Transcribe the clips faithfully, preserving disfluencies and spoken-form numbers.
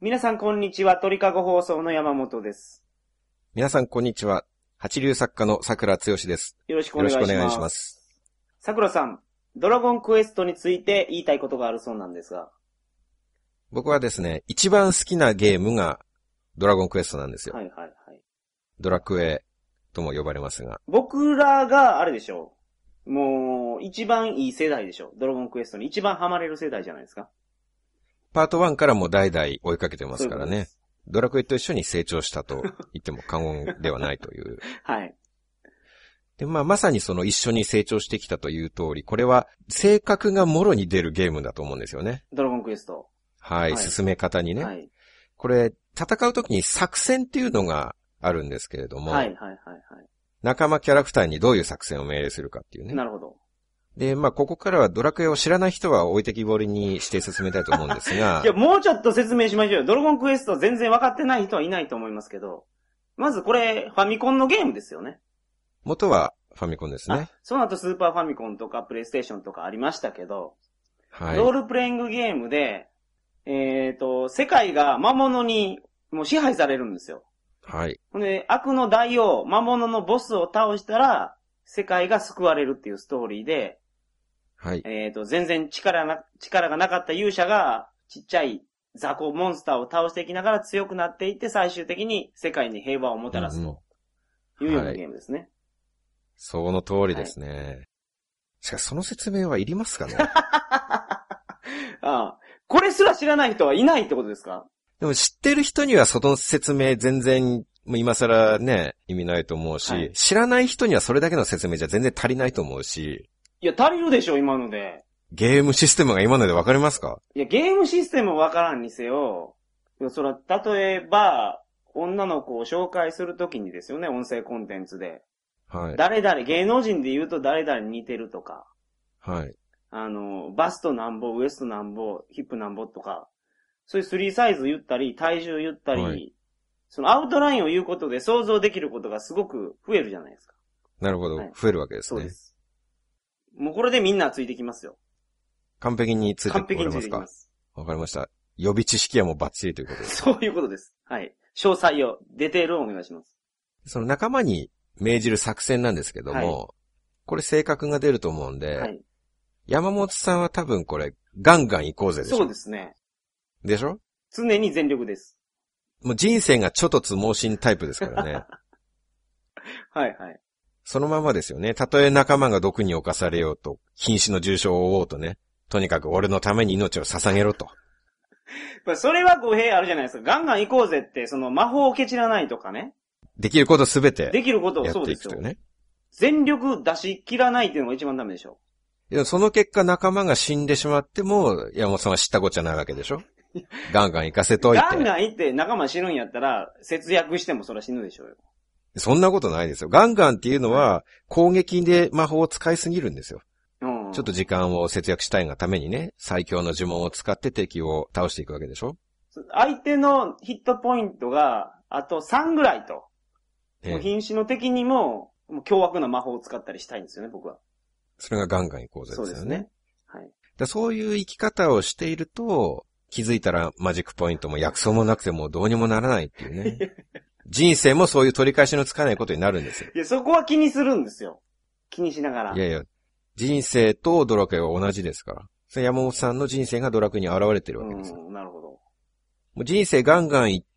皆さんこんにちは。鳥かご放送の山本です。 皆さんこんにちは。八流作家の桜剛です。 よろしくお願いします。よろしくお願いします。桜さん、ドラゴンクエストについて言いたいことがあるそうなんですが。 僕はですね、一番好きなゲームがドラゴンクエストなんですよ。 はいはいはい。 ドラクエとも呼ばれますが。 僕らがあれでしょう。もう、一番いい世代でしょう。ドラゴンクエストに一番ハマれる世代じゃないですか。 パートワンからも代々追いかけてますからね。ドラクエと一緒に成長したと言っても過言ではないという。 はい。 で、まあ、まさにその一緒に成長してきたという通り、これは性格がもろに出るゲームだと思うんですよね。 ドラゴンクエスト。 はい、はい、進め方にね。 はい。 これ、戦うときに作戦っていうのがあるんですけれども。 はいはいはいはい。 仲間キャラクターにどういう作戦を命令するかっていうね。 なるほど。 で、まあ、ここからはドラクエを知らない人は置いてきぼりにして進めたいと思うんですが。 いや、もうちょっと説明しましょうよ。ドラゴンクエスト全然分かってない人はいないと思いますけど。まずこれ、ファミコンのゲームですよね。 元はファミコンですね。 その後スーパーファミコンとかプレイステーションとかありましたけど。 はい。 ロールプレイングゲームで、えっと、世界が魔物にもう支配されるんですよ。 はい。 で、悪の大王、魔物のボスを倒したら、世界が救われるっていうストーリーで、 はい。 えっと、全然力な、力がなかった勇者が、ちっちゃい雑魚モンスターを倒していきながら強くなっていって、最終的に世界に平和をもたらすというようなゲームですね。はい、 その通りですね。はい、しかし、その説明はいりますかねああ、これすら知らない人はいないってことですか？ でも知ってる人にはその説明全然、もう今更ね、意味ないと思うし、はい、知らない人にはそれだけの説明じゃ全然足りないと思うし。 いや、足りるでしょ、今ので。 ゲームシステムが今ので分かりますか？ いや、ゲームシステム分からんにせよ。いや、そら、例えば、女の子を紹介するときにですよね、音声コンテンツで。 はい。 誰々、芸能人で言うと誰々に似てるとか。 はい。 あの、バストなんぼ、ウエストなんぼ、ヒップなんぼとか。そういうスリーサイズ言ったり、体重言ったり、はい、そのアウトラインを言うことで想像できることがすごく増えるじゃないですか。 なるほど。はい、増えるわけですね。 そうです。もうこれでみんなついてきますよ。 完璧についてきてくれますか？ 完璧についてきます。 わかりました。予備知識はもうバッチリということです。 そういうことです。はい。詳細を、ディテールをお願いします。 その仲間に命じる作戦なんですけども、はい、これ性格が出ると思うんで、はい、山本さんは多分これ、ガンガン行こうぜでしょ。 そうですね。 でしょ？ 常に全力です。 もう人生がちょっとつ盲信タイプですからね。 はいはい。 そのままですよね。たとえ仲間が毒に侵されようと、瀕死の重傷を負おうとね。とにかく俺のために命を捧げろと。 それは語弊あるじゃないですか。ガンガン行こうぜって、その魔法を蹴散らないとかね。 できることすべて。 できることをそうですよね。 全力出し切らないっていうのが一番ダメでしょ。 いや、その結果仲間が死んでしまっても、山本さんは知ったこっちゃないわけでしょ。ガンガン行かせといて。 ガンガン行って仲間死ぬんやったら、節約してもそら死ぬでしょうよ。 そんなことないですよ。ガンガンっていうのは、攻撃で魔法を使いすぎるんですよ。うん、ちょっと時間を節約したいがためにね、最強の呪文を使って敵を倒していくわけでしょ。 相手のヒットポイントが、あとさんぐらいと。 ええ、 もう瀕死の敵にも、もう凶悪な魔法を使ったりしたいんですよね、僕は。 それがガンガン行こうぜですよね。 そうですね。はい。 だそういう生き方をしていると、気づいたらマジックポイントも薬草もなくてもどうにもならないっていうね。人生もそういう取り返しのつかないことになるんですよ。 いや、そこは気にするんですよ。気にしながら。 いやいや、人生とドラクエは同じですから。それ山本さんの人生がドラクエに現れてるわけですよ。 うん、なるほど。 もう人生ガンガン行って、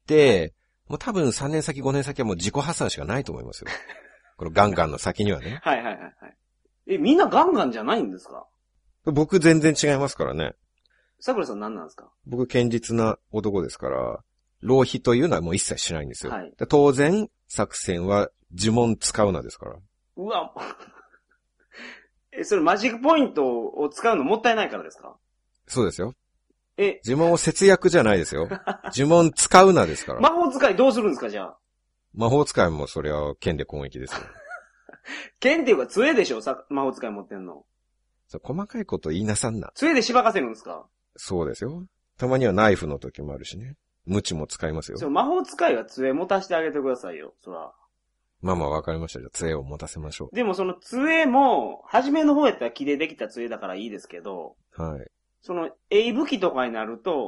もう多分さんねん先ごねん先はもう自己破産しかないと思いますよ。このガンガンの先にはね。 はいはいはいはい。え、みんなガンガンじゃないんですか？ 僕全然違いますからね。 桜さん何なんですか？ 僕堅実な男ですから、浪費というのはもう一切しないんですよ。 はい、 当然、作戦は呪文使うなですから。 うわ。え、それマジックポイントを使うのもったいないからですか？ そうですよ。 え、 呪文を節約じゃないですよ。呪文使うなですから。 魔法使いどうするんですか、じゃあ。 魔法使いもそれは剣で攻撃ですよ。 剣っていうか杖でしょ、さ魔法使い持ってんの。 そう細かいこと言いなさんな。 杖でしばかせるんですか？ そうですよ。たまにはナイフの時もあるしね。無知も使いますよ。 そう、魔法使いは杖持たせてあげてくださいよ、そら。 まあまあわかりました。じゃあ杖を持たせましょう。 でもその杖も、初めの方やったら木でできた杖だからいいですけど、 はい。 その、鋭武器とかになると、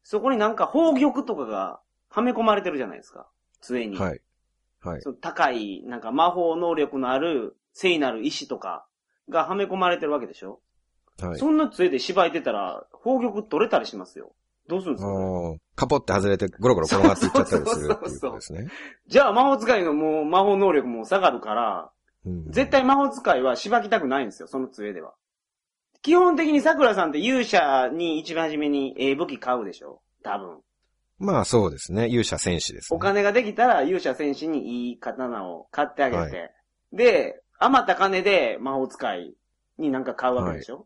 そこになんか宝玉とかがはめ込まれてるじゃないですか。杖に。 はい。はい。 その高い、なんか魔法能力のある聖なる石とかがはめ込まれてるわけでしょ。はい。そんな杖で縛いてたら、宝玉取れたりしますよ。どうするんですか、ね、 カポって外れてゴロゴロ転がっていっちゃったりするっていうことですね。 じゃあ魔法使いのもう魔法能力も下がるから、うん、絶対魔法使いは縛きたくないんですよ、その杖では。基本的に桜さんって勇者に一番初めにええ武器買うでしょ多分。 まあそうですね。勇者戦士ですね。 お金ができたら勇者戦士にいい刀を買ってあげて。はい、で、余った金で魔法使いになんか買うわけでしょ、はい、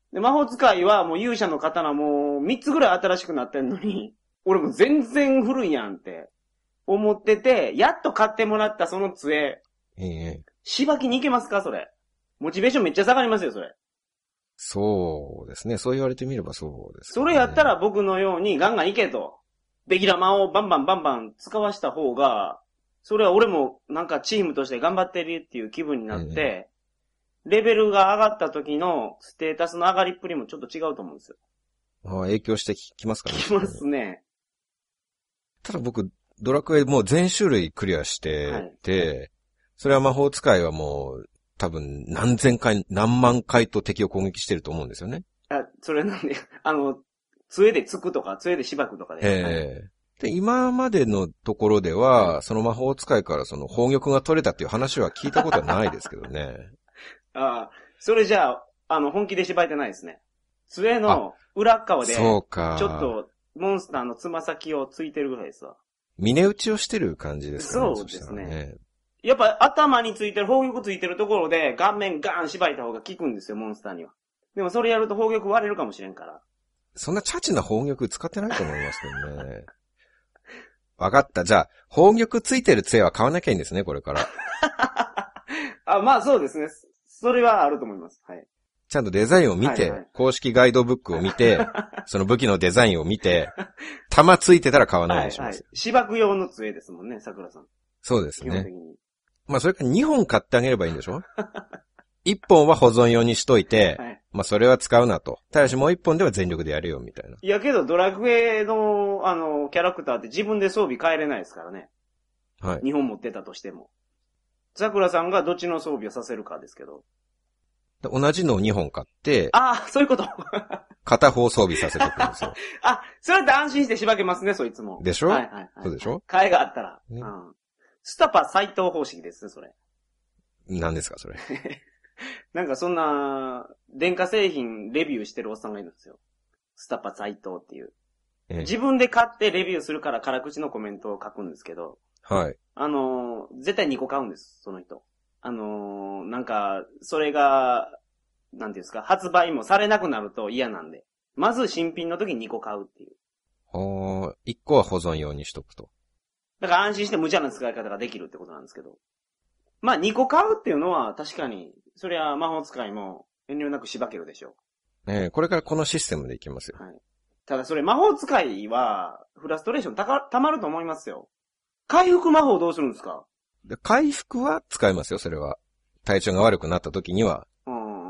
で魔法使いはもう勇者の刀もみっつぐらい新しくなってんのに、俺も全然古いやんって思ってて、やっと買ってもらったその杖。ええ。縛きに行けますかそれ。モチベーションめっちゃ下がりますよ、それ。 そうですね。そう言われてみればそうです、ね。 それやったら僕のようにガンガン行けと。ベキラマをバンバンバンバン使わした方が、それは俺もなんかチームとして頑張ってるっていう気分になって、うん、レベルが上がった時のステータスの上がりっぷりもちょっと違うと思うんですよ。 ああ、影響してきますかね。 きますね。 ただ僕、ドラクエもう全種類クリアしてて、はい、それは魔法使いはもう多分何千回、何万回と敵を攻撃してると思うんですよね。 あ、それなんで、あの、杖でつくとか、杖で縛くとかで。 ええー。で、今までのところでは、その魔法使いからその宝玉が取れたっていう話は聞いたことはないですけどね。 ああ、それじゃあ、あの、本気で縛いてないですね。杖の裏側で、 そうか。 ちょっと、モンスターのつま先をついてるぐらいですわ。 峰打ちをしてる感じですかね。 そうですね。ねやっぱ頭についてる、宝玉ついてるところで、顔面ガーン縛いた方が効くんですよ、モンスターには。でもそれやると宝玉割れるかもしれんから。 そんなチャチな宝玉使ってないと思いますけどね。わかった。じゃあ、宝玉ついてる杖は買わなきゃいいんですね、これから。 あ、まあそうですね。それはあると思います。はい。 ちゃんとデザインを見て、はいはい、公式ガイドブックを見て、その武器のデザインを見て、弾ついてたら買わないようにします。はいはい、 芝く用の杖ですもんね、桜さん。 そうですね。基本的に。まあそれからにほん買ってあげればいいんでしょいっぽんは保存用にしといて、はい、まあそれは使うなと。ただしもういっぽんでは全力でやるよみたいな。 いやけどドラクエのあのキャラクターって自分で装備変えれないですからね。はい。にほん持ってたとしても。桜さんがどっちの装備をさせるかですけど。 同じのをにほん買って。 ああ、そういうこと。 片方装備させておくんですよ。 あ、それって安心して縛けますね、そいつも。 でしょ？はいはいはい。そうでしょ？ 替えがあったら。ね、うん。スタパ斎藤方式ですね、それ。 何ですか、それ。 なんかそんな、電化製品レビューしてるおっさんがいるんですよ。スタパ斎藤っていう。ええ、自分で買ってレビューするから辛口のコメントを書くんですけど。 はい。 あのー、絶対にこ買うんです、その人。あのー、なんか、それが、なんていうんですか、発売もされなくなると嫌なんで。まず新品の時ににこ買うっていう。 はあ、いっこは保存用にしとくと。 だから安心して無茶な使い方ができるってことなんですけど。まあにこ買うっていうのは確かに、そりゃ魔法使いも遠慮なく縛けるでしょう。ええ、これからこのシステムでいきますよ。はい。 ただそれ魔法使いは、フラストレーションたか、たまると思いますよ。回復魔法どうするんですか？ 回復は使いますよ、それは。体調が悪くなった時には。うん。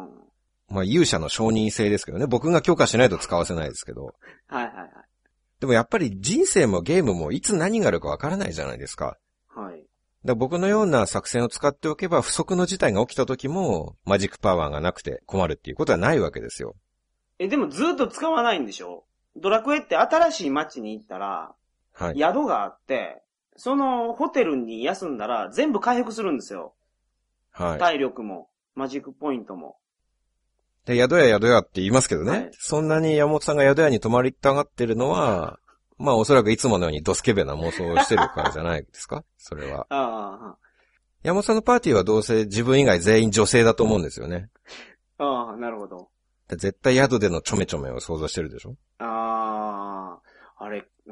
まあ勇者の承認制ですけどね。僕が許可しないと使わせないですけど。 はいはいはい。 でもやっぱり人生もゲームもいつ何があるかわからないじゃないですか。はい。だ僕のような作戦を使っておけば不測の事態が起きた時もマジックパワーがなくて困るっていうことはないわけですよ。 え、でもずっと使わないんでしょ？ドラクエって新しい街に行ったら、はい。宿があって、そのホテルに休んだら全部回復するんですよ。はい。体力も、マジックポイントも。 で、宿屋宿屋って言いますけどね。はい、そんなに山本さんが宿屋に泊まりたがってるのは、まあおそらくいつものようにドスケベな妄想をしてるからじゃないですかそれは。ああ。山本さんのパーティーはどうせ自分以外全員女性だと思うんですよね。 ああ、なるほど。 絶対宿でのちょめちょめを想像してるでしょ？ ああ、あれ、うん。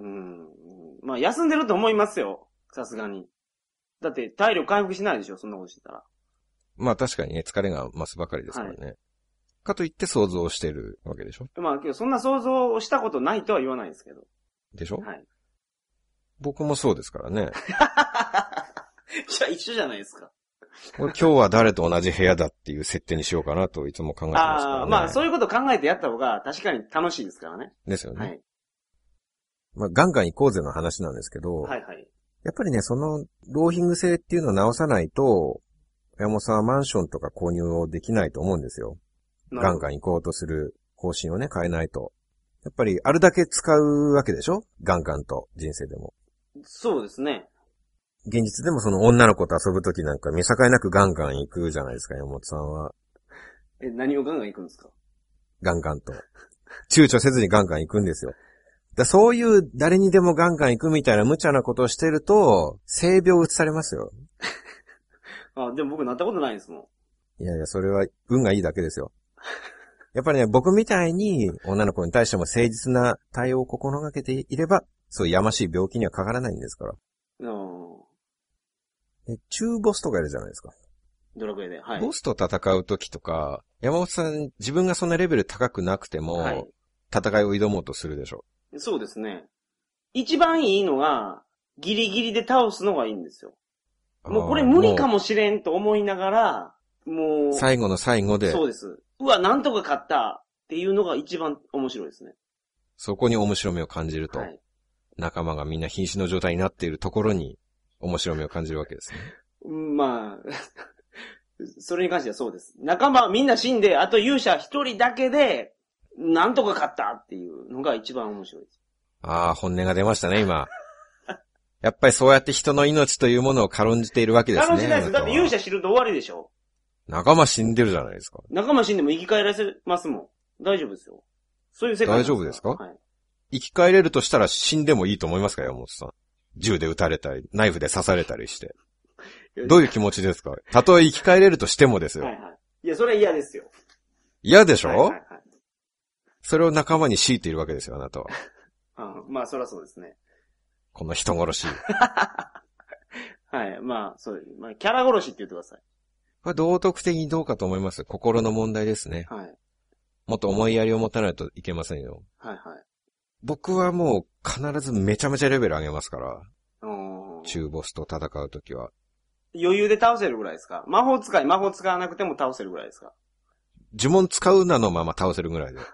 まあ休んでると思いますよ。さすがに。だって体力回復しないでしょ、そんなことしてたら。 まあ確かにね、疲れが増すばかりですからね。はい、かといって想像してるわけでしょ？まあけどそんな想像をしたことないとは言わないですけど。 でしょ？はい。僕もそうですからね。 じゃあ一緒じゃないですか。 今日は誰と同じ部屋だっていう設定にしようかなといつも考えてますからね。 ああ、まあそういうこと考えてやった方が確かに楽しいですからね。 ですよね。はい。 まあ、ガンガン行こうぜの話なんですけど、 はいはい。 やっぱりね、その、ローヒング性っていうのを直さないと、山本さんはマンションとか購入をできないと思うんですよ。ガンガン行こうとする方針をね、変えないと。やっぱり、あるだけ使うわけでしょ？ガンガンと、人生でも。 そうですね。 現実でもその女の子と遊ぶときなんか見境なくガンガン行くじゃないですか、山本さんは。 え、何をガンガン行くんですか？ ガンガンと。躊躇せずにガンガン行くんですよ。だそういう誰にでもガンガン行くみたいな無茶なことをしてると、性病移されますよ。 あ、でも僕なったことないですもん。いやいや、それは運がいいだけですよ。やっぱりね、僕みたいに女の子に対しても誠実な対応を心がけていれば、そういうやましい病気にはかからないんですから。 うん。 で、中ボスとかいるじゃないですか。 ドラクエで。はい。 ボスと戦うときとか、山本さん自分がそんなレベル高くなくても、はい、戦いを挑もうとするでしょ。 そうですね。一番いいのが、ギリギリで倒すのがいいんですよ。もうこれ無理かもしれんと思いながら、もう。 最後の最後で。 そうです。うわ、なんとか勝ったっていうのが一番面白いですね。 そこに面白みを感じると。はい、仲間がみんな瀕死の状態になっているところに面白みを感じるわけですね。 まあ、それに関してはそうです。仲間みんな死んで、あと勇者一人だけで、なんとか勝ったっていうのが一番面白いです。 ああ、本音が出ましたね、今。やっぱりそうやって人の命というものを軽んじているわけですね。 軽んじないです。だって勇者知ると終わりでしょ。 仲間死んでるじゃないですか。 仲間死んでも生き返らせますもん。大丈夫ですよ。そういう世界大丈夫ですか？ はい。 生き返れるとしたら死んでもいいと思いますか、山本さん。銃で撃たれたり、ナイフで刺されたりして。どういう気持ちですか？たとえ生き返れるとしてもですよ。 はいはい。いや、それは嫌ですよ。 嫌でしょ？はいはいはい。それを仲間に強いているわけですよ、あなたは。 あまあ、そりゃそうですね。 この人殺し。 はい。まあ、そうです。まあ、キャラ殺しって言ってください。 これ道徳的にどうかと思います。心の問題ですね。はい。もっと思いやりを持たないといけませんよ。はいはい。僕はもう必ずめちゃめちゃレベル上げますから。中ボスと戦うときは。 余裕で倒せるぐらいですか？魔法使い、魔法使わなくても倒せるぐらいですか？ 呪文使うなのまま倒せるぐらいで。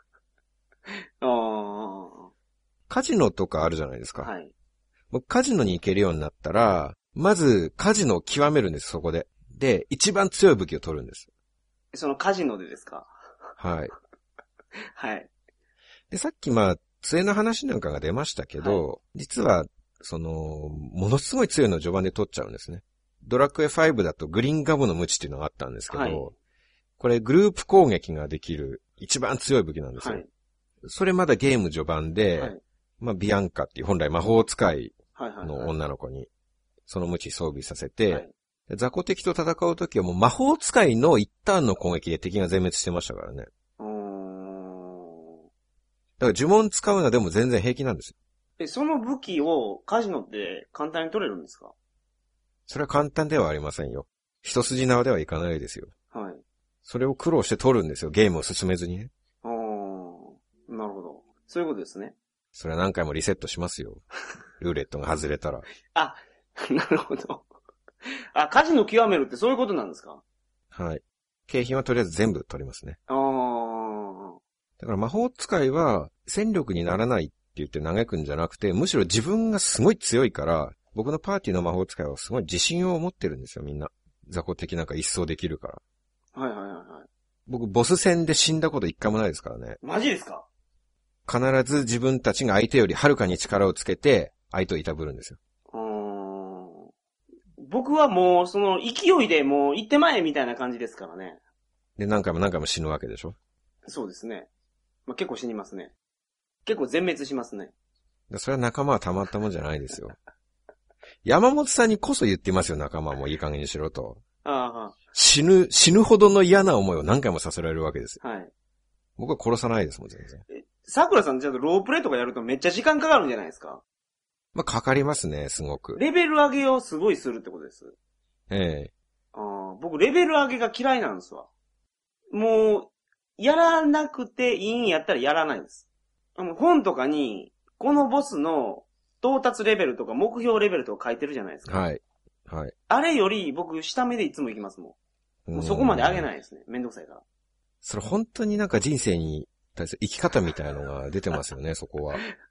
あカジノとかあるじゃないですか。はい。僕カジノに行けるようになったら、まずカジノを極めるんです、そこで。で、一番強い武器を取るんです。 そのカジノでですか？ はい。 はい。 で、さっきまあ、杖の話なんかが出ましたけど、はい、実は、その、ものすごい強いのを序盤で取っちゃうんですね。ドラクエファイブだとグリーンガブの無知っていうのがあったんですけど、はい、これグループ攻撃ができる一番強い武器なんですよ。はい、それまだゲーム序盤で、はい、まあビアンカっていう本来魔法使いの女の子にその無知装備させて、はい、雑魚敵と戦うときはもう魔法使いの一ターンの攻撃で敵が全滅してましたからね。うーんだから呪文使うのはでも全然平気なんですよ。 え、その武器をカジノって簡単に取れるんですか？ それは簡単ではありませんよ。一筋縄ではいかないですよ。 はい。 それを苦労して取るんですよ。ゲームを進めずにね。 ああ、なるほど。そういうことですね。 それは何回もリセットしますよ。ルーレットが外れたら。 あ、なるほど。あ、カジノ極めるってそういうことなんですか？ はい。景品はとりあえず全部取りますね。 ああ。 だから魔法使いは戦力にならないって言って嘆くんじゃなくて、むしろ自分がすごい強いから、僕のパーティーの魔法使いはすごい自信を持ってるんですよ、みんな。雑魚敵なんか一掃できるから。 はいはいはいはい。 僕、ボス戦で死んだこと一回もないですからね。 マジですか？ 必ず自分たちが相手よりはるかに力をつけて、相手をいたぶるんですよ。 うーん。僕はもう、その、勢いでもう行ってまえみたいな感じですからね。 で、何回も何回も死ぬわけでしょ？ そうですね。まあ、結構死にますね。結構全滅しますね。 それは仲間はたまったもんじゃないですよ。山本さんにこそ言ってますよ、仲間もいい加減にしろと。 ああ死ぬ、死ぬほどの嫌な思いを何回もさせられるわけですよ。 はい。 僕は殺さないですもん、全然。 え、桜さんちゃんとロープレイとかやるとめっちゃ時間かかるんじゃないですか？ まあ、かかりますね、すごく。 レベル上げをすごいするってことです。 ええ。 ああ、僕レベル上げが嫌いなんですわ。もう、やらなくていいんやったらやらないです。あの、本とかに、このボスの到達レベルとか目標レベルとか書いてるじゃないですか。 はい。はい。 あれより僕下目でいつも行きますもん。もうそこまで上げないですね。めんどくさいから。 それ本当になんか人生に対する生き方みたいなのが出てますよね、そこは。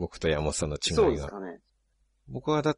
僕と山本さんの違いが。 そうですかね。 僕はだって、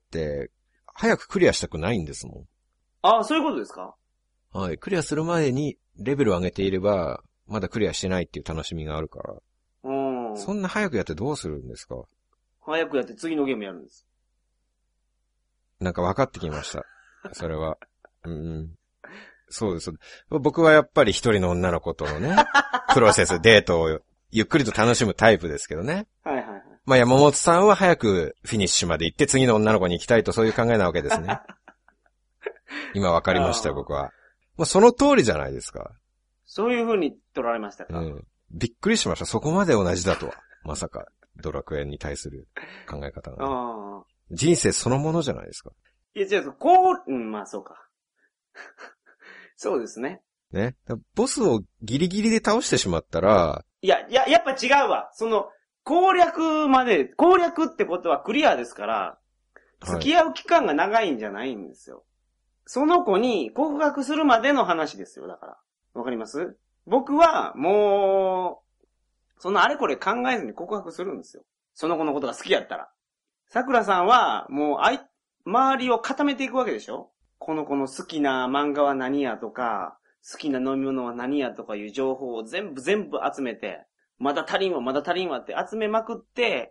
早くクリアしたくないんですもん。 ああ、そういうことですか？ はい。クリアする前にレベルを上げていれば、まだクリアしてないっていう楽しみがあるから。 うん。 そんな早くやってどうするんですか？ 早くやって次のゲームやるんです。 なんか分かってきました。それは。うん。そうです。僕はやっぱり一人の女の子とのね、プロセス、デートをゆっくりと楽しむタイプですけどね。 はいはいはい。 まあ山本さんは早くフィニッシュまで行って次の女の子に行きたいとそういう考えなわけですね。今分かりましたよ、僕は。もうその通りじゃないですか。 そういう風に取られましたか？ うん。びっくりしました。そこまで同じだとは。まさか、ドラクエに対する考え方が、ね。 ああ。 人生そのものじゃないですか。 いや、違う、こう、うん、まあそうか。そうですね。 ね。ボスをギリギリで倒してしまったら、 いや、いや、やっぱ違うわ。その、攻略まで、攻略ってことはクリアですから、付き合う期間が長いんじゃないんですよ。はい、その子に告白するまでの話ですよ、だから。わかります？僕は、もう、そのあれこれ考えずに告白するんですよ。その子のことが好きやったら。桜さんは、もう、あい、周りを固めていくわけでしょ？この子の好きな漫画は何やとか、好きな飲み物は何やとかいう情報を全部全部集めて、まだ足りんわ、まだ足りんわって集めまくって、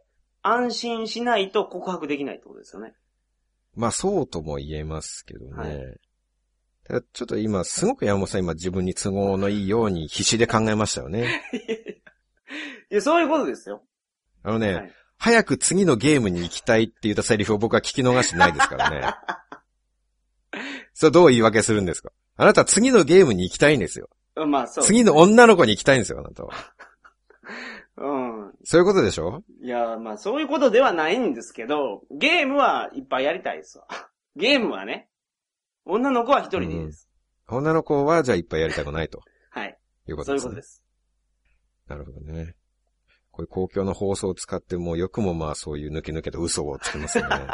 安心しないと告白できないってことですよね。 まあそうとも言えますけどね。はい、ただちょっと今、すごく山本さん今自分に都合のいいように必死で考えましたよね。 いや、そういうことですよ。 あのね、はい、早く次のゲームに行きたいって言ったセリフを僕は聞き逃してないですからね。それどう言い訳するんですか？あなたは次のゲームに行きたいんですよ。 まあそう、ね。 次の女の子に行きたいんですよ、あなたは。 うん。 そういうことでしょ？ いや、まあそういうことではないんですけど、ゲームはいっぱいやりたいですわ。ゲームはね、女の子は一人でいいです、 うん。女の子はじゃあいっぱいやりたくないと。 はい。 いうことですね。 そういうことです。 なるほどね。こういう公共の放送を使ってもよくもまあそういう抜け抜けと嘘をつきますよね。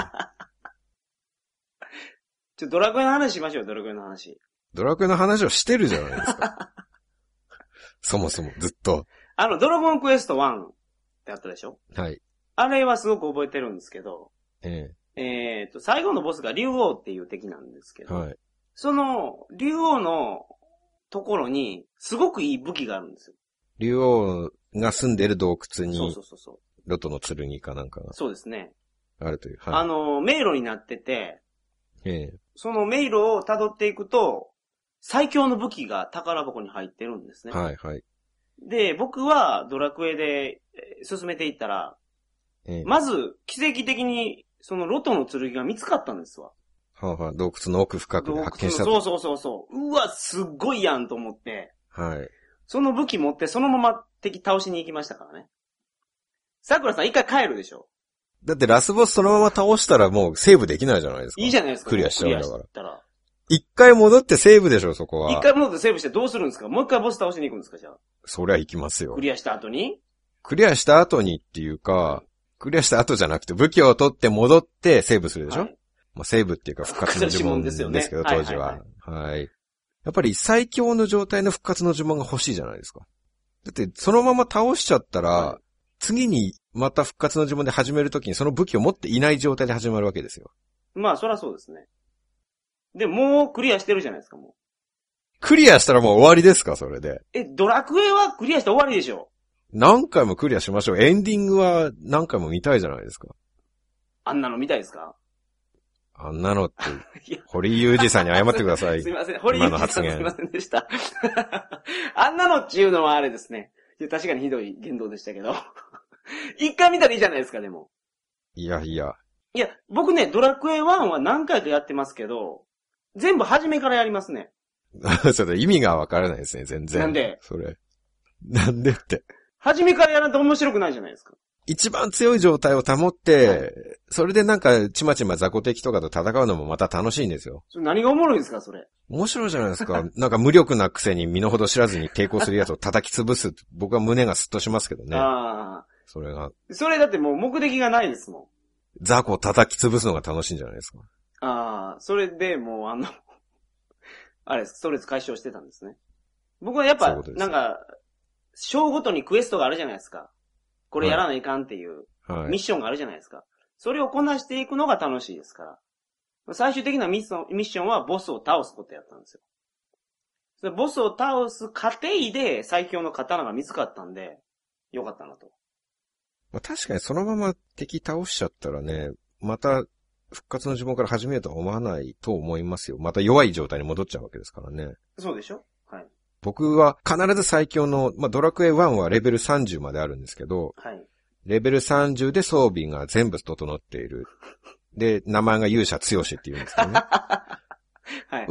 ちょ、ドラクエの話しましょう、ドラクエの話。 ドラクエの話をしてるじゃないですか。そもそもずっと。 あの、ドラゴンクエストワンってあったでしょ？ はい。 あれはすごく覚えてるんですけど、 ええ。えっと、最後のボスが竜王っていう敵なんですけど、 はい。 その、竜王のところに、すごくいい武器があるんですよ。 竜王が住んでる洞窟に、 そうそうそうそう。 ロトの剣かなんかが。 そうですね。 あるという。 はい、あの、迷路になってて、 ええ。 その迷路を辿っていくと、最強の武器が宝箱に入ってるんですね。 はいはい。 で、僕はドラクエで進めていったら、ええ、まず奇跡的にそのロトの剣が見つかったんですわ。 はあはあ、洞窟の奥深くで発見したと。 そうそうそうそう。うわ、すっごいやんと思って。 はい。 その武器持ってそのまま敵倒しに行きましたからね。桜さん一回帰るでしょ。 だってラスボスそのまま倒したらもうセーブできないじゃないですか。 いいじゃないですか。 クリアしちゃうんだから。 クリアしたら。 一回戻ってセーブでしょ、そこは。 一回戻ってセーブしてどうするんですか？もう一回ボス倒しに行くんですか、じゃあ。 そりゃ行きますよ。 クリアした後に？ クリアした後にっていうか、クリアした後じゃなくて武器を取って戻ってセーブするでしょ、はい、まあ、セーブっていうか復活の呪文ですけど、ね、当時は、はいはいはい。はい。やっぱり最強の状態の復活の呪文が欲しいじゃないですか。だってそのまま倒しちゃったら、はい、次にまた復活の呪文で始めるときにその武器を持っていない状態で始まるわけですよ。 まあそりゃそうですね。で、もうクリアしてるじゃないですか、もう。 クリアしたらもう終わりですか、それで。 え、ドラクエはクリアして終わりでしょ。 何回もクリアしましょう。エンディングは何回も見たいじゃないですか。 あんなの見たいですか？ あんなのって、堀井雄二さんに謝ってください。 すみません。堀井雄二さんすみませんでした。あんなのっていうのはあれですね。確かにひどい言動でしたけど。一回見たらいいじゃないですか、でも。 いやいや。 いや、僕ね、ドラクエワンは何回かやってますけど、全部初めからやりますね。 それ意味がわからないですね、全然。 なんで？ それ。なんでって。 初めからやらんと面白くないじゃないですか。 一番強い状態を保って、はい、それでなんかちまちま雑魚敵とかと戦うのもまた楽しいんですよ。 それ何がおもろいんですか、それ。 面白いじゃないですか。なんか無力なくせに身の程知らずに抵抗するやつを叩き潰す。僕は胸がスッとしますけどね。ああ。それが。 それだってもう目的がないですもん。 雑魚を叩き潰すのが楽しいんじゃないですか。 ああ、それでもうあの、あれ、ストレス解消してたんですね。僕はやっぱ、なんか、章ごとにクエストがあるじゃないですか。これやらないかんっていう。 ミッションがあるじゃないですか。それをこなしていくのが楽しいですから。最終的なミッション、ミッションはボスを倒すことやったんですよ。それボスを倒す過程で最強の刀が見つかったんで、よかったなと。 まあ、確かにそのまま敵倒しちゃったらね、また復活の呪文から始めようとは思わないと思いますよ。また弱い状態に戻っちゃうわけですからね。 そうでしょ？はい。 僕は必ず最強の、まあ、ドラクエワンはレベルさんじゅうまであるんですけど、はい。レベルさんじゅうで装備が全部整っている。で、名前が勇者強しって言うんですけどね。はい。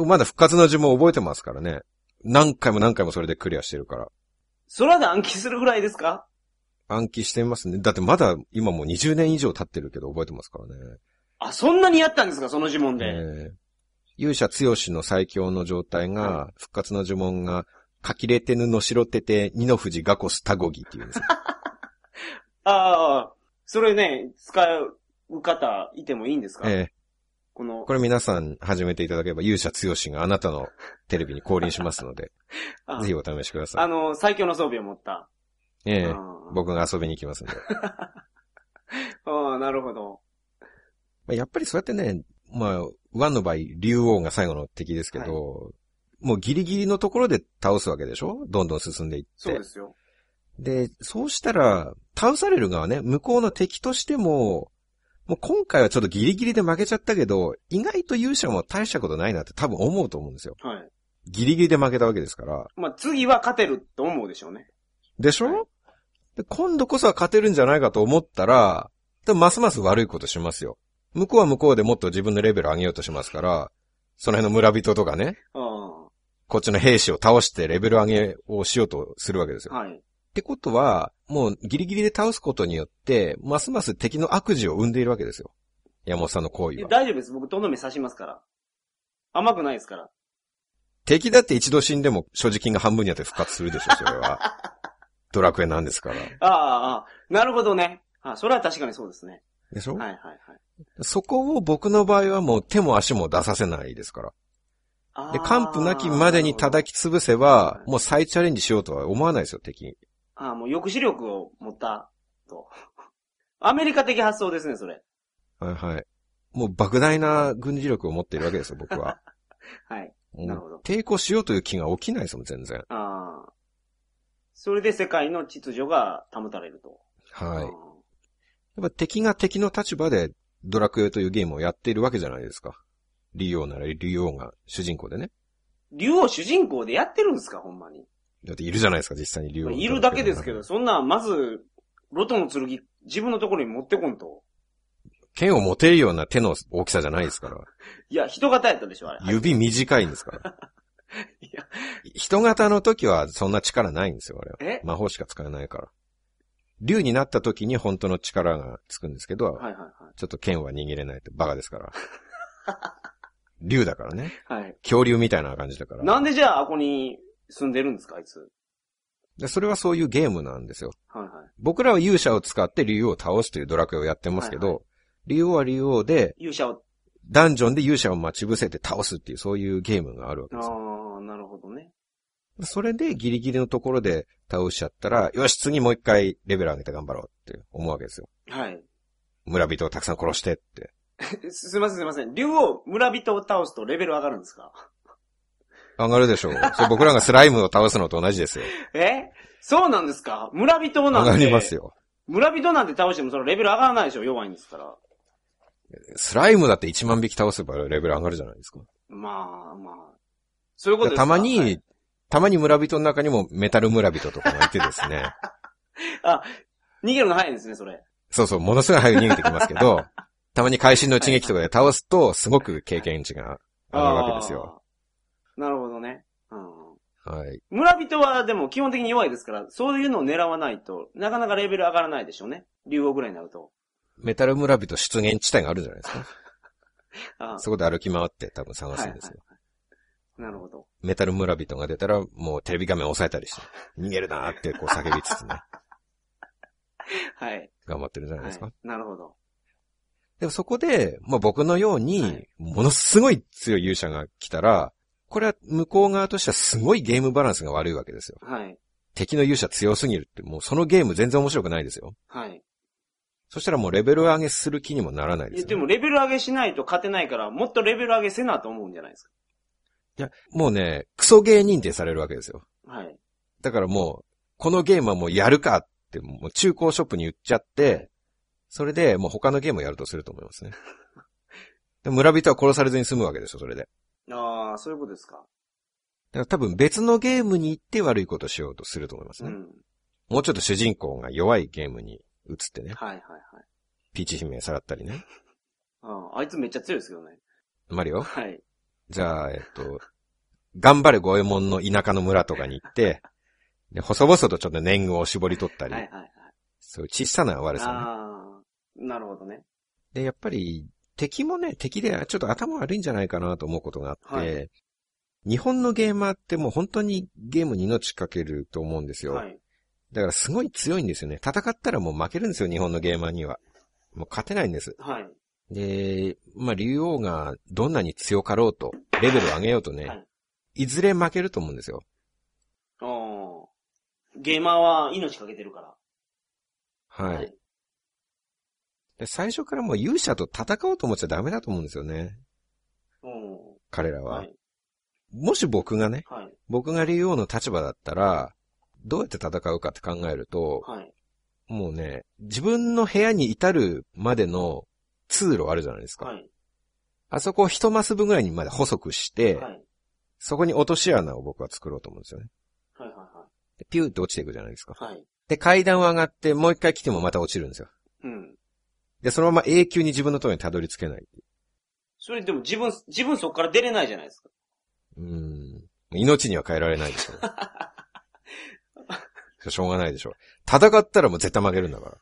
まだ復活の呪文覚えてますからね。何回も何回もそれでクリアしてるから。 空で暗記するぐらいですか？ 暗記してますね。だってまだ今もうにじゅうねん以上経ってるけど覚えてますからね。 あ、そんなにやったんですか、その呪文で。えー、勇者強しの最強の状態が、はい、復活の呪文が、かきれてぬのしろてて、二の富士ガコスタゴギっていうんですよ。 ああ、それね、使う方いてもいいんですか？ええ。 この、これ皆さん始めていただければ、勇者強しがあなたのテレビに降臨しますので、ぜひお試しください。 あの、最強の装備を持った。 ええ、僕が遊びに行きますんで。 ああ、なるほど。 やっぱりそうやってね、まあ、ワンの場合、竜王が最後の敵ですけど、はい、もうギリギリのところで倒すわけでしょ？どんどん進んでいって。 そうですよ。 で、そうしたら、倒される側ね、向こうの敵としても、もう今回はちょっとギリギリで負けちゃったけど、意外と勇者も大したことないなって多分思うと思うんですよ。はい。ギリギリで負けたわけですから。 まあ次は勝てると思うでしょうね。 でしょ？はい、で今度こそは勝てるんじゃないかと思ったら、でもますます悪いことしますよ。向こうは向こうでもっと自分のレベル上げようとしますから、その辺の村人とかね、あこっちの兵士を倒してレベル上げをしようとするわけですよ。はい。ってことは、もうギリギリで倒すことによって、ますます敵の悪事を生んでいるわけですよ。山本さんの行為は。 大丈夫です。僕とどめ刺しますから。甘くないですから。 敵だって一度死んでも所持金が半分になって復活するでしょ、それは。ドラクエなんですから。 ああ、ああ、なるほどね。あ、それは確かにそうですね。 でしょ？ はいはいはい。 そこを僕の場合はもう手も足も出させないですから。で、完膚なきまでに叩き潰せば、もう再チャレンジしようとは思わないですよ、敵。 ああ、もう抑止力を持ったと。アメリカ的発想ですね、それ。 はいはい。もう莫大な軍事力を持っているわけですよ、僕は。 はい。なるほど。 抵抗しようという気が起きないですもん、全然。 ああ。それで世界の秩序が保たれると。 はい。やっぱ敵が敵の立場でドラクエというゲームをやっているわけじゃないですか。竜王なら竜王が主人公でね。 竜王主人公でやってるんですか、ほんまに。 だっているじゃないですか、実際に竜王。 いるだけですけど、そんな、まず、ロトの剣、自分のところに持ってこんと。 剣を持てるような手の大きさじゃないですから。 いや、人型やったでしょ、あれ。 指短いんですから。いや人型の時はそんな力ないんですよ、あれは。え？魔法しか使えないから。竜になった時に本当の力がつくんですけど、はいはいはい、ちょっと剣は握れないってバカですから。竜だからね。はい。恐竜みたいな感じだから。 なんでじゃあ、あこに住んでるんですか、あいつ。 で、それはそういうゲームなんですよ。はいはい。僕らは勇者を使って竜を倒すというドラクエをやってますけど、はいはい、竜王は竜王で、 勇者を、 ダンジョンで勇者を待ち伏せて倒すっていうそういうゲームがあるわけですよ。 ああ、なるほどね。 それでギリギリのところで倒しちゃったら、よし、次もう一回レベル上げて頑張ろうって思うわけですよ。はい。村人をたくさん殺してって。 すいませんすいません。竜王、村人を倒すとレベル上がるんですか？ 上がるでしょう。それ僕らがスライムを倒すのと同じですよ。 え？そうなんですか？村人なんて。 上がりますよ。 村人なんて倒してもそのレベル上がらないでしょ、弱いんですから。 スライムだっていちまん匹倒せばレベル上がるじゃないですか。 まあまあ。そういうことですか？ たまに、はい、たまに村人の中にもメタル村人とかがいてですね。 あ、逃げるの早いんですね、それ。 そうそう、ものすごい早く逃げてきますけど、たまに会心の一撃とかで倒すと、すごく経験値が上がるわけですよ。 なるほどね。うん。 はい。 村人はでも基本的に弱いですから、そういうのを狙わないと、なかなかレベル上がらないでしょうね。竜王ぐらいになると。 メタル村人出現地帯があるじゃないですか。ああそこで歩き回って多分探すんですよ。はいはいはい、なるほど。 メタル村人が出たら、もうテレビ画面を押さえたりして、逃げるなーってこう叫びつつね。 はい。 頑張ってるじゃないですか。はい、 なるほど。 でもそこで、まあ、僕のように、ものすごい強い勇者が来たら、これは向こう側としてはすごいゲームバランスが悪いわけですよ。はい。敵の勇者強すぎるって、もうそのゲーム全然面白くないですよ。はい。 そしたらもうレベル上げする気にもならないですよね。 でもレベル上げしないと勝てないから、もっとレベル上げせなと思うんじゃないですか。 いや、もうね、クソゲー認定されるわけですよ。 はい。だからもう、このゲームはもうやるかって、もう中古ショップに言っちゃって、それでもう他のゲームをやるとすると思いますね。で村人は殺されずに済むわけですよ、それで。 ああ、そういうことですか。だから多分別のゲームに行って悪いことしようとすると思いますね。うん、もうちょっと主人公が弱いゲームに移ってね。 はいはいはい。 ピーチ姫さらったりね。 ああ、あいつめっちゃ強いですよね。 マリオ？ はい。 じゃあ、えっと、頑張れ五右衛門の田舎の村とかに行って、で、細々とちょっと年貢を絞り取ったり。はいはいはい。そういう小さな悪さね。 ああ、なるほどね。 で、やっぱり、敵もね、敵でちょっと頭悪いんじゃないかなと思うことがあって、はい、日本のゲーマーってもう本当にゲームに命かけると思うんですよ。はい、だからすごい強いんですよね。戦ったらもう負けるんですよ、日本のゲーマーには。もう勝てないんです。はい、で、まあ、竜王がどんなに強かろうと、レベルを上げようとね、はい、いずれ負けると思うんですよ。 ああ。ゲーマーは命かけてるから。 はい。はい、で最初からもう勇者と戦おうと思っちゃダメだと思うんですよね。うん、彼らは、はい。もし僕がね、はい、僕が竜王の立場だったら、どうやって戦うかって考えると、はい、もうね、自分の部屋に至るまでの通路あるじゃないですか。はい、あそこを一マス分ぐらいにまで細くして、はい、そこに落とし穴を僕は作ろうと思うんですよね。はいはいはい、でピューって落ちていくじゃないですか。はい、で、階段を上がってもう一回来てもまた落ちるんですよ。うん、で、そのまま永久に自分のところにたどり着けない。 それでも自分、自分そこから出れないじゃないですか。 うーん。命には変えられないでしょ。しょうがないでしょ。戦ったらもう絶対負けるんだから。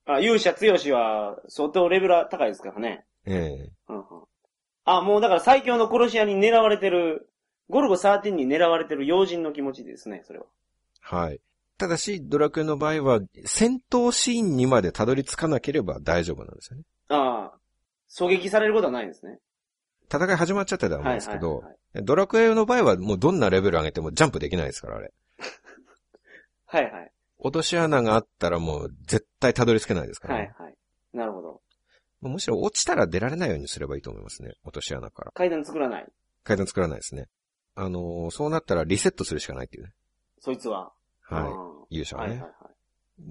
あ、勇者強しは相当レベルは高いですからね。ええうんうん。あ、もうだから最強の殺し屋に狙われてる、ゴルゴじゅうさんに狙われてる要人の気持ちですね、それは。 はい。ただし、ドラクエの場合は、戦闘シーンにまでたどり着かなければ大丈夫なんですよね。 ああ。狙撃されることはないんですね。 戦い始まっちゃったらダメですけど、はいはいはいはい、ドラクエの場合はもうどんなレベル上げてもジャンプできないですから、あれ。 はいはい。 落とし穴があったらもう絶対たどり着けないですから、 ね。はいはい。なるほど。 むしろ落ちたら出られないようにすればいいと思いますね。落とし穴から。 階段作らない。 階段作らないですね。あのー、そうなったらリセットするしかないっていうね。 そいつは。 はい。勇者はね、はいはいはい。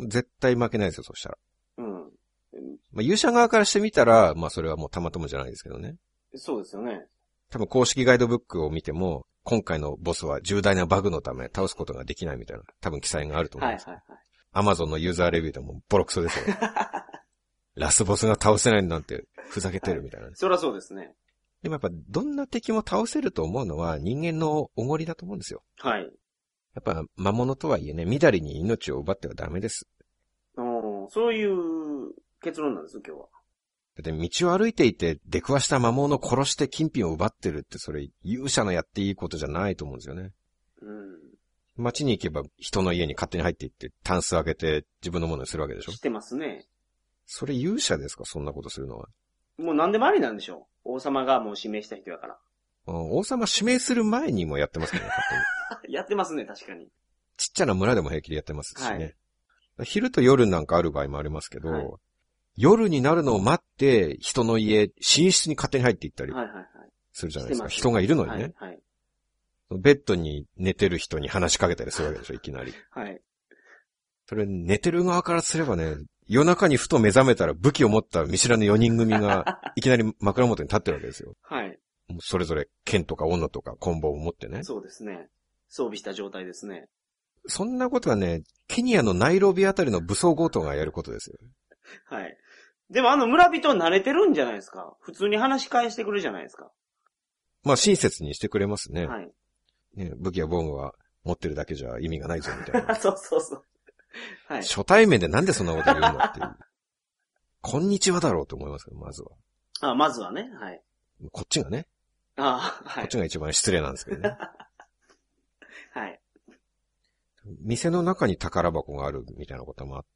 絶対負けないですよ、そしたら。うん。まあ、勇者側からしてみたら、まあそれはもうたまたまじゃないですけどね。 そうですよね。 多分公式ガイドブックを見ても、今回のボスは重大なバグのため倒すことができないみたいな、多分記載があると思います。はいはいはい。アマゾンのユーザーレビューでもボロクソですよ。ラスボスが倒せないなんてふざけてるみたいな、ね。はい、 そりゃそうですね。 でもやっぱどんな敵も倒せると思うのは人間のおごりだと思うんですよ。はい。やっぱ魔物とはいえね、みだりに命を奪ってはダメです。 おー、そういう結論なんですよ、今日は。 だって道を歩いていて出くわした魔物を殺して金品を奪ってるってそれ勇者のやっていいことじゃないと思うんですよね。うん。街に行けば人の家に勝手に入っていってタンス開けて自分のものにするわけでしょ。 してますね。 それ勇者ですか、そんなことするのは。 もう何でもありなんでしょう。王様がもう指名した人やから。 王様指名する前にもやってますからね、 勝手に。やってますね、確かに。 ちっちゃな村でも平気でやってますしね。はい、昼と夜なんかある場合もありますけど、はい、夜になるのを待って、人の家、寝室に勝手に入っていったりするじゃないですか。はいはいはい、人がいるのにね、はいはい。ベッドに寝てる人に話しかけたりするわけでしょ、いきなり。はい。それ、寝てる側からすればね、夜中にふと目覚めたら武器を持った見知らぬよにん組がいきなり枕元に立ってるわけですよ。はい。それぞれ剣とか斧とか棍棒を持ってね。 そうですね。装備した状態ですね。 そんなことはね、ケニアのナイロビあたりの武装強盗がやることですよ。 はい。でもあの村人慣れてるんじゃないですか。普通に話し返してくるじゃないですか。 まあ親切にしてくれますね。はい。ね、武器や防具は持ってるだけじゃ意味がないぞみたいな。 そうそうそう。 はい。初対面でなんでそんなこと言うのっていう。こんにちはだろうと思いますけど、まずは。 あ、まずはね。はい。 こっちがね。 あはい。 こっちが一番失礼なんですけどね。 はい。 店の中に宝箱があるみたいなこともあって、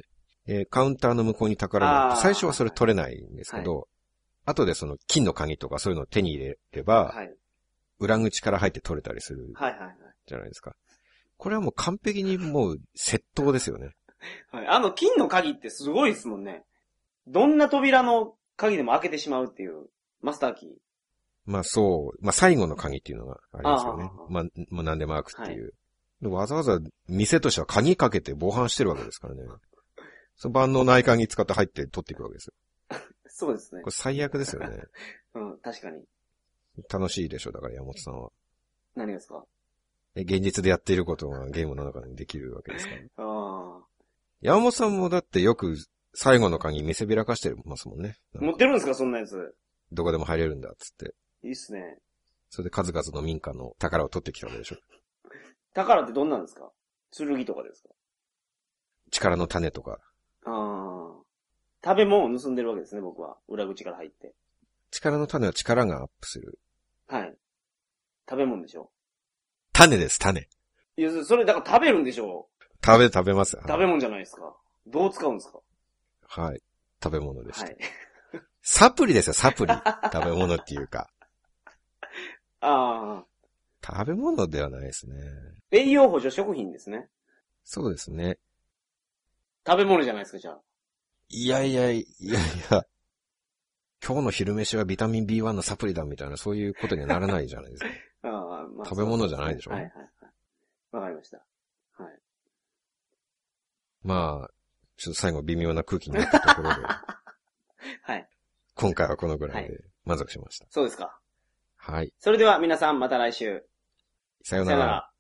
でカウンターの向こうに宝があって、最初はそれ取れないんですけど、はい、後でその金の鍵とかそういうのを手に入れれば、はい、裏口から入って取れたりするじゃないですか。これはもう完璧にもう窃盗ですよね。 はい。あの金の鍵ってすごいですもんね。 どんな扉の鍵でも開けてしまうっていうマスターキー。 まあそう、まあ最後の鍵っていうのがありますよね。まあ、まあ何でも開くっていう。はい、わざわざ店としては鍵かけて防犯してるわけですからね。その万能内鍵使って入って取っていくわけですよ。 そうですね。 これ最悪ですよね。 うん、確かに。 楽しいでしょ、だから山本さんは。 何ですか？ え、現実でやっていることがゲームの中にできるわけですから、ね。 ああ。 山本さんもだってよく最後の鍵見せびらかしてますもんね。 持ってるんですか、そんなやつ。 どこでも入れるんだ、つって。 いいっすね。 それで数々の民家の宝を取ってきたわけでしょ。 宝ってどんなんですか？剣とかですか？ 力の種とか。 ああ。食べ物を盗んでるわけですね、僕は。裏口から入って。 力の種は力がアップする。 はい。食べ物でしょ？ 種です、種。 いや、それだから食べるんでしょ？ 食べ、食べます。 食べ物じゃないですか。どう使うんですか？ はい。食べ物でした。はい。 サプリですよ、サプリ。食べ物っていうか。 ああ。 食べ物ではないですね。 栄養補助食品ですね。 そうですね。 食べ物じゃないですか、じゃあ。 いやいやいやいや。今日の昼飯はビタミン ビーワン のサプリだみたいな、そういうことにはならないじゃないですか。 あまあ、 食べ物じゃないでしょ。 はいはいはい。わかりました。はい。 まあ、ちょっと最後微妙な空気になったところで。 はい。 今回はこのぐらいで満足しました。はい、 そうですか。 はい。 それでは皆さんまた来週。 さようなら。さようなら。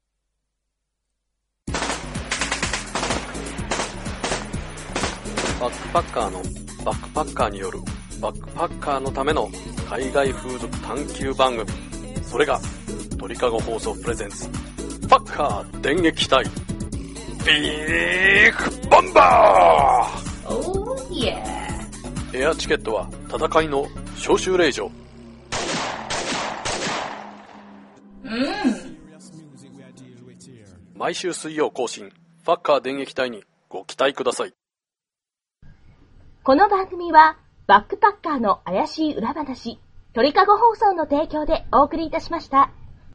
バックパッカーのバックパッカーによるバックパッカーのための海外風俗探求番組。それが鳥かご放送プレゼンツパッカー電撃隊ビッグバンバー。 Oh yeah。 エアチケットは戦いの招集令状。 うん。 毎週水曜更新パッカー電撃隊にご期待ください。 この番組はバックパッカーの怪しい裏話、鳥かご放送の提供でお送りいたしました。